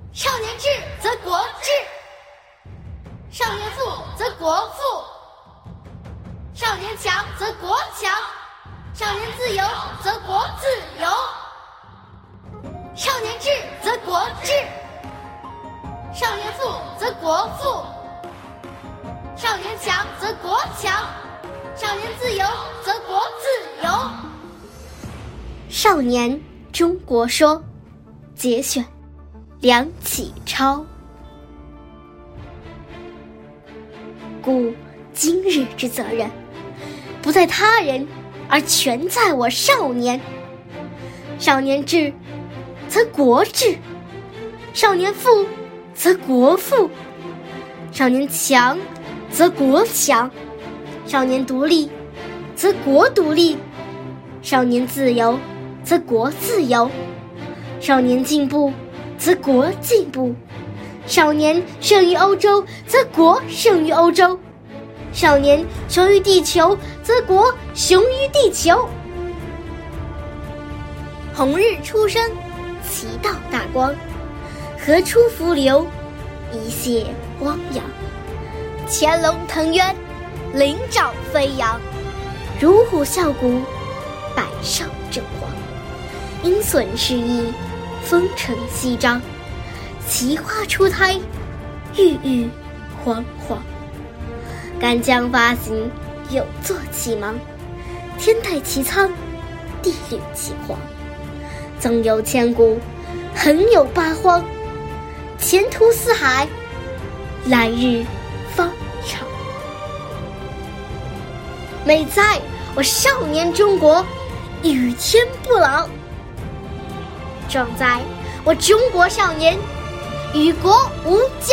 少年智则国智，少年富则国富，少年强则国强，少年自由则国自由。少年智则国智，少年富则国富，少年强则国强，少年自由则国自由。 少年中国说节选，梁启超。故今日之责任，不在他人，而全在我少年。少年智则国智，少年富则国富，少年强则国强，少年独立则国独立，少年自由则国自由，少年进步则国进步，少年胜于欧洲则国胜于欧洲，少年雄于地球则国雄于地球。红日初升，其道大光，河出伏流，一泻汪洋。潜龙腾渊，灵爪飞扬，如虎啸谷，百兽震惶。鹰隼试翼，风尘翕张，奇花初胎，郁郁皇皇。干将发行，有作其芒，天戴其苍，地履其黄。纵有千古，横有八荒，前途似海，来日方长。美哉我少年中国，与天不老；壮哉我中国少年，与国无